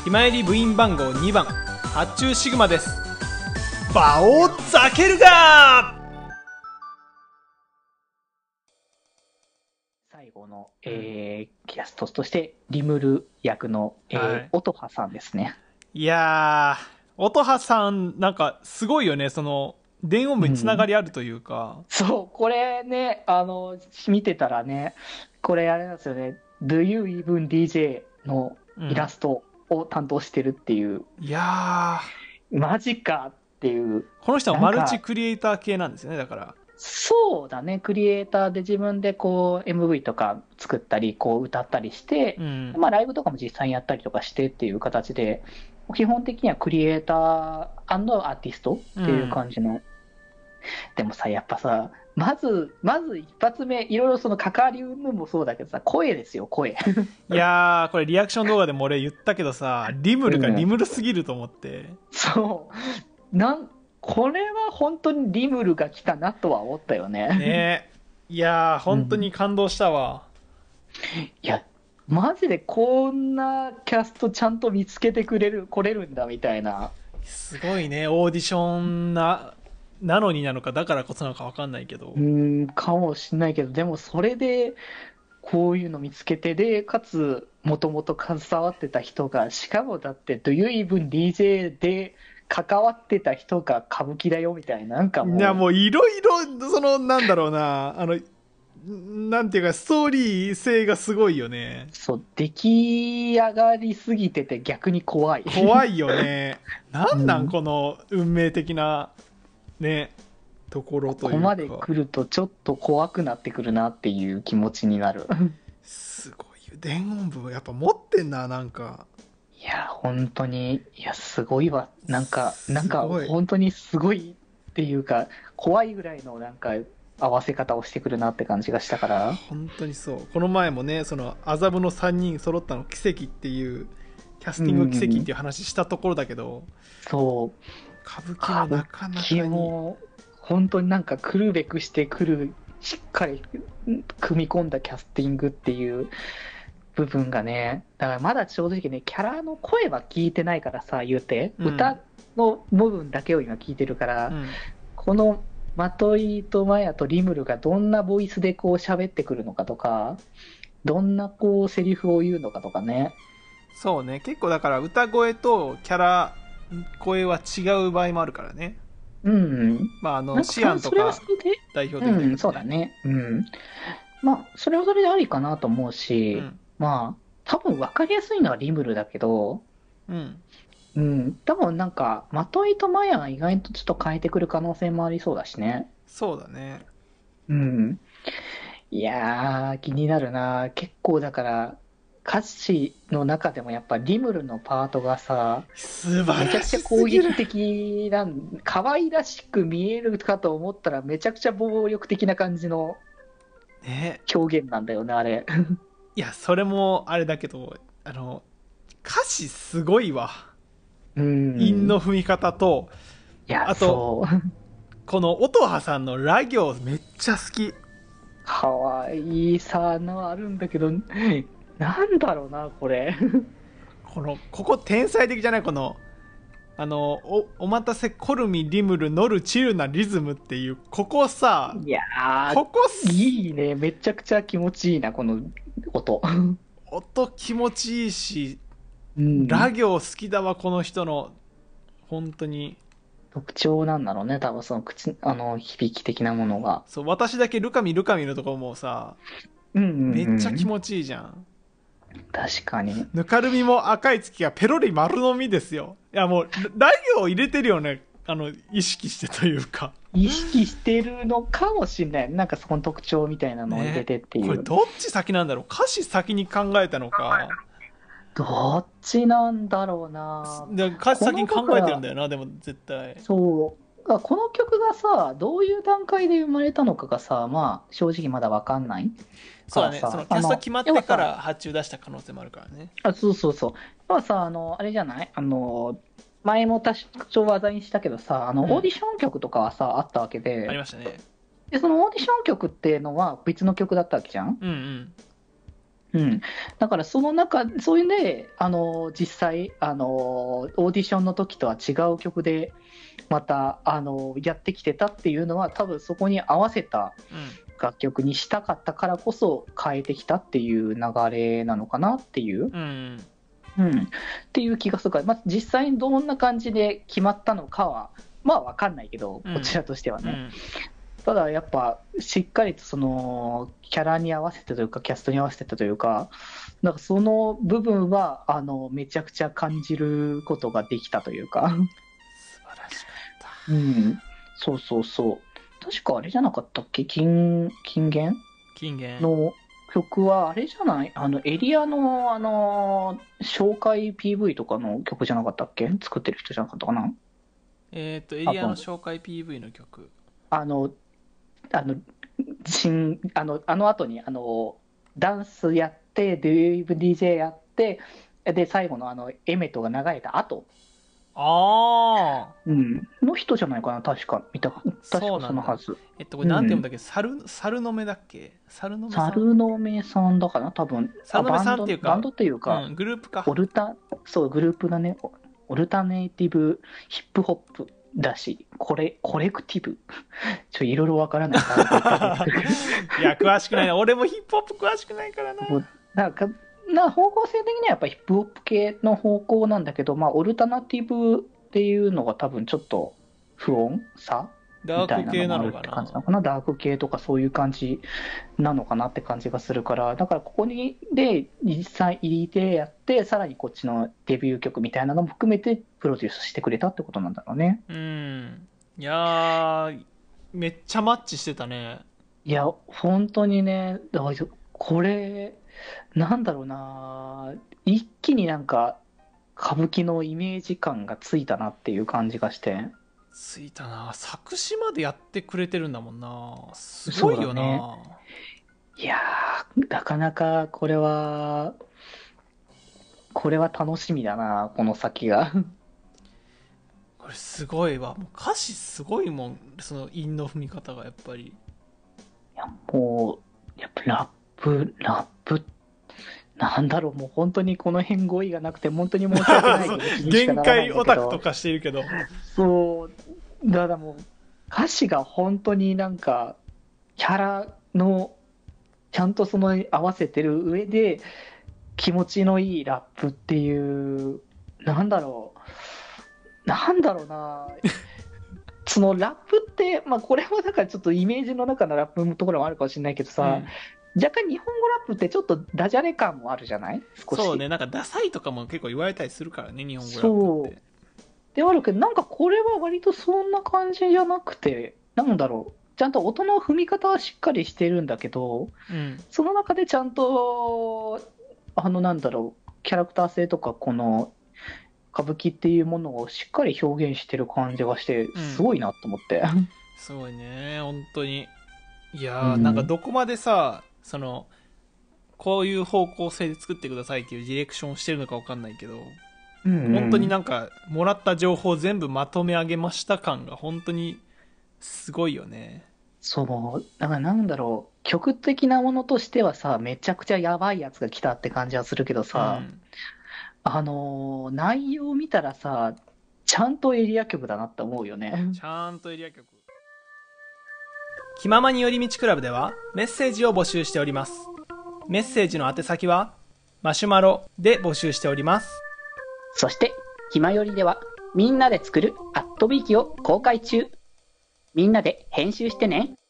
今入り部員番号2番発注シグマです。場をざけるが最後の、キャストとしてリムル役の、音羽さんですね。 いやー、音羽さんなんかすごいよね。その電音部につながりあるというか、 そう、これね、見てたらね、これあれなんですよね、Do You Even DJ のイラストを担当してるっていう、 いやマジかっていう。 この人はマルチクリエイター系なんですよね。だからそうだね、クリエイターで自分でこう MV とか作ったり、こう歌ったりして、まあライブとかも実際にやったりとかしてっていう形で、基本的にはクリエイター&アーティストっていう感じの。でもさ、やっぱさ、まず一発目、いろいろその関わり云々もそうだけどさ、声ですよ、声。 いやー、これリアクション動画でも俺言ったけどさ、リムルがリムルすぎると思って。 そう。これは本当にリムルが来たなとは思ったよね。 ねえ。いやー、本当に感動したわ。 いや、マジでこんなキャストちゃんと見つけて来れるんだみたいな。 すごいね、オーディションなのになのか、だからこそなのか分かんないけど。 かもしんないけど、でもそれで、こういうの見つけて、で、かつ、もともと携わってた人が、しかもだって、Do You Even DJ で関わってた人が歌舞伎だよみたいな、なんかもう。 いや、もういろいろ、なんだろうな、なんていうか、ストーリー性がすごいよね。 そう、出来上がりすぎてて逆に怖い。 怖いよね。この運命的な、ね、ところというか。 ここまで来るとちょっと怖くなってくるなっていう気持ちになる。 すごいよ。電音部やっぱ持ってんな、なんか。 いや、本当に、いや、すごいわ。なんか、 ごい本当にすごいっていうか、怖いぐらいのなんか、合わせ方をしてくるなって感じがしたから。 本当にそう。この前もね、その麻布の3人揃ったの奇跡っていう、キャスティング奇跡っていう話したところだけど、 そう。 歌舞伎もなかなかに。 も本当になんか来るべくして来る、しっかり組み込んだキャスティングっていう部分がね、だからまだ正直ね、キャラの声は聞いてないからさ、言うて、歌の部分だけを今聞いてるから、このまといとまやとリムルがどんなボイスでこう喋ってくるのかとか、どんなこうセリフを言うのかとかね。 そうね、結構だから歌声とキャラ声は違う場合もあるからね。まあシアンとか代表的だけど、ね、 そうだね。まあそれはそれでありかなと思うし、まあ多分分かりやすいのはリムルだけど、多分なんかまといとマヤが意外とちょっと変えてくる可能性もありそうだしね。 そうだね。 いやー気になるな。結構だから歌詞の中でもやっぱリムルのパートがさ、 素晴らしめちゃくちゃ攻撃的可愛らしく見えるかと思ったらめちゃくちゃ暴力的な感じの表現なんだよね、あれ。 いや、それもあれだけど、歌詞すごいわ。韻の踏み方と、あと、この音羽さんのラ行めっちゃ好き。 かわいいさのあるんだけど、なんだろうな、これ。 ここ天才的じゃない？この、お待たせコルミリムルノルチルなリズムっていう、ここさ、 いやー、いいね。めちゃくちゃ気持ちいいな、この音。 音気持ちいいし、ラ行好きだわ、この人の。本当に。 特徴なんだろうね、多分その響き的なものが。 そう、私だけルカミのところもさ、めっちゃ気持ちいいじゃん。 確かに。 ぬかるみも赤い月がペロリ丸飲みですよ。いやもう、ラ行入れてるよね。意識してというか。 意識してるのかもしれない。なんかそこの特徴みたいなのを入れてっていう。 これどっち先なんだろう？歌詞先に考えたのか。 どっちなんだろうな。 歌詞先に考えてるんだよな、でも絶対。 そう。この曲がさ、どういう段階で生まれたのかがさ、まあ正直まだわかんない。 そうだね、そのキャスト決まってから発注出した可能性もあるからね。 そうそうそう。要はさ、あれじゃない前も多少話題にしたけどさ、オーディション曲とかはさ、あったわけで。 ありましたね。 で、そのオーディション曲っていうのは別の曲だったわけじゃん。 うん、だからその中、そういうね、実際、オーディションの時とは違う曲で、また、やってきてたっていうのは、多分そこに合わせた楽曲にしたかったからこそ変えてきたっていう流れなのかなっていう、 うんうん、っていう気がするから、まあ、実際にどんな感じで決まったのかは、まあ分かんないけど、こちらとしてはね。 うんただやっぱしっかりとそのキャラに合わせてというかキャストに合わせてたというか、なんかその部分はめちゃくちゃ感じることができたというか、 素晴らしかった。 うん、そうそうそう。確かあれじゃなかったっけ、金言の曲はあれじゃない、エリアの紹介 PV とかの曲じゃなかったっけ、作ってる人じゃなかったかな。 エリアの紹介 PV の曲。 あの後にダンスやって DJ やってで最後のエメトが流れた後、うん、の人じゃないかな、確か確かそのはず。 これなんて読むんだっけ、猿の目だっけ、猿の目さんだかな多分。 猿の目さんっていうかバンドっていうか、 グループか。 そうグループだね。オルタネイティブヒップホップだし、コレクティブいろいろわからないいや詳しくないな、俺もヒップホップ詳しくないからな。 方向性的にはやっぱヒップホップ系の方向なんだけど、まあオルタナティブっていうのが多分ちょっと不穏さみたいなのもあるって感じなのかな。ダーク系とかそういう感じなのかなって感じがするから、だからここで実際入りでやって、さらにこっちのデビュー曲みたいなのも含めてプロデュースしてくれたってことなんだろうね。 いやー、めっちゃマッチしてたね。 いや本当にね、これなんだろうな、一気になんか歌舞伎のイメージ感がついたなっていう感じがして。 ついたな。作詞までやってくれてるんだもんな。すごいよな。ね、 いやー、なかなかこれは楽しみだな、この先が。 これすごいわ。もう歌詞すごいもん、その韻の踏み方がやっぱり。いやもうやっぱラップなんだろう、もう本当にこの辺語彙がなくて本当に申し訳ないけど限界オタクとかしてるけど、 そうだからもう歌詞が本当になんかキャラのちゃんとその合わせてる上で気持ちのいいラップっていう、なんだろうなそのラップって、まあこれはだからちょっとイメージの中のラップのところもあるかもしれないけどさ、若干日本語ラップってちょっとダジャレ感もあるじゃない、少し。 そうね、なんかダサいとかも結構言われたりするからね、日本語ラップって。 ではあるけど、なんかこれは割とそんな感じじゃなくて、なんだろう、ちゃんと音の踏み方はしっかりしてるんだけど、その中でちゃんとなんだろう、キャラクター性とかこの歌舞伎っていうものをしっかり表現してる感じがしてすごいなと思って、 すごいね本当に。いやー、なんかどこまでさ、そのこういう方向性で作ってくださいっていうディレクションをしてるのか分かんないけど、本当になんかもらった情報全部まとめ上げました感が本当にすごいよね。 そうだからなんだろう、曲的なものとしてはさ、めちゃくちゃやばいやつが来たって感じはするけどさ、内容を見たらさ、ちゃんとエリア曲だなって思うよね。 ちゃんとエリア曲。気ままに寄り道クラブではメッセージを募集しております。メッセージの宛先はマシュマロで募集しております。 そしてひまよりではみんなで作るアットビーキを公開中。みんなで編集してね。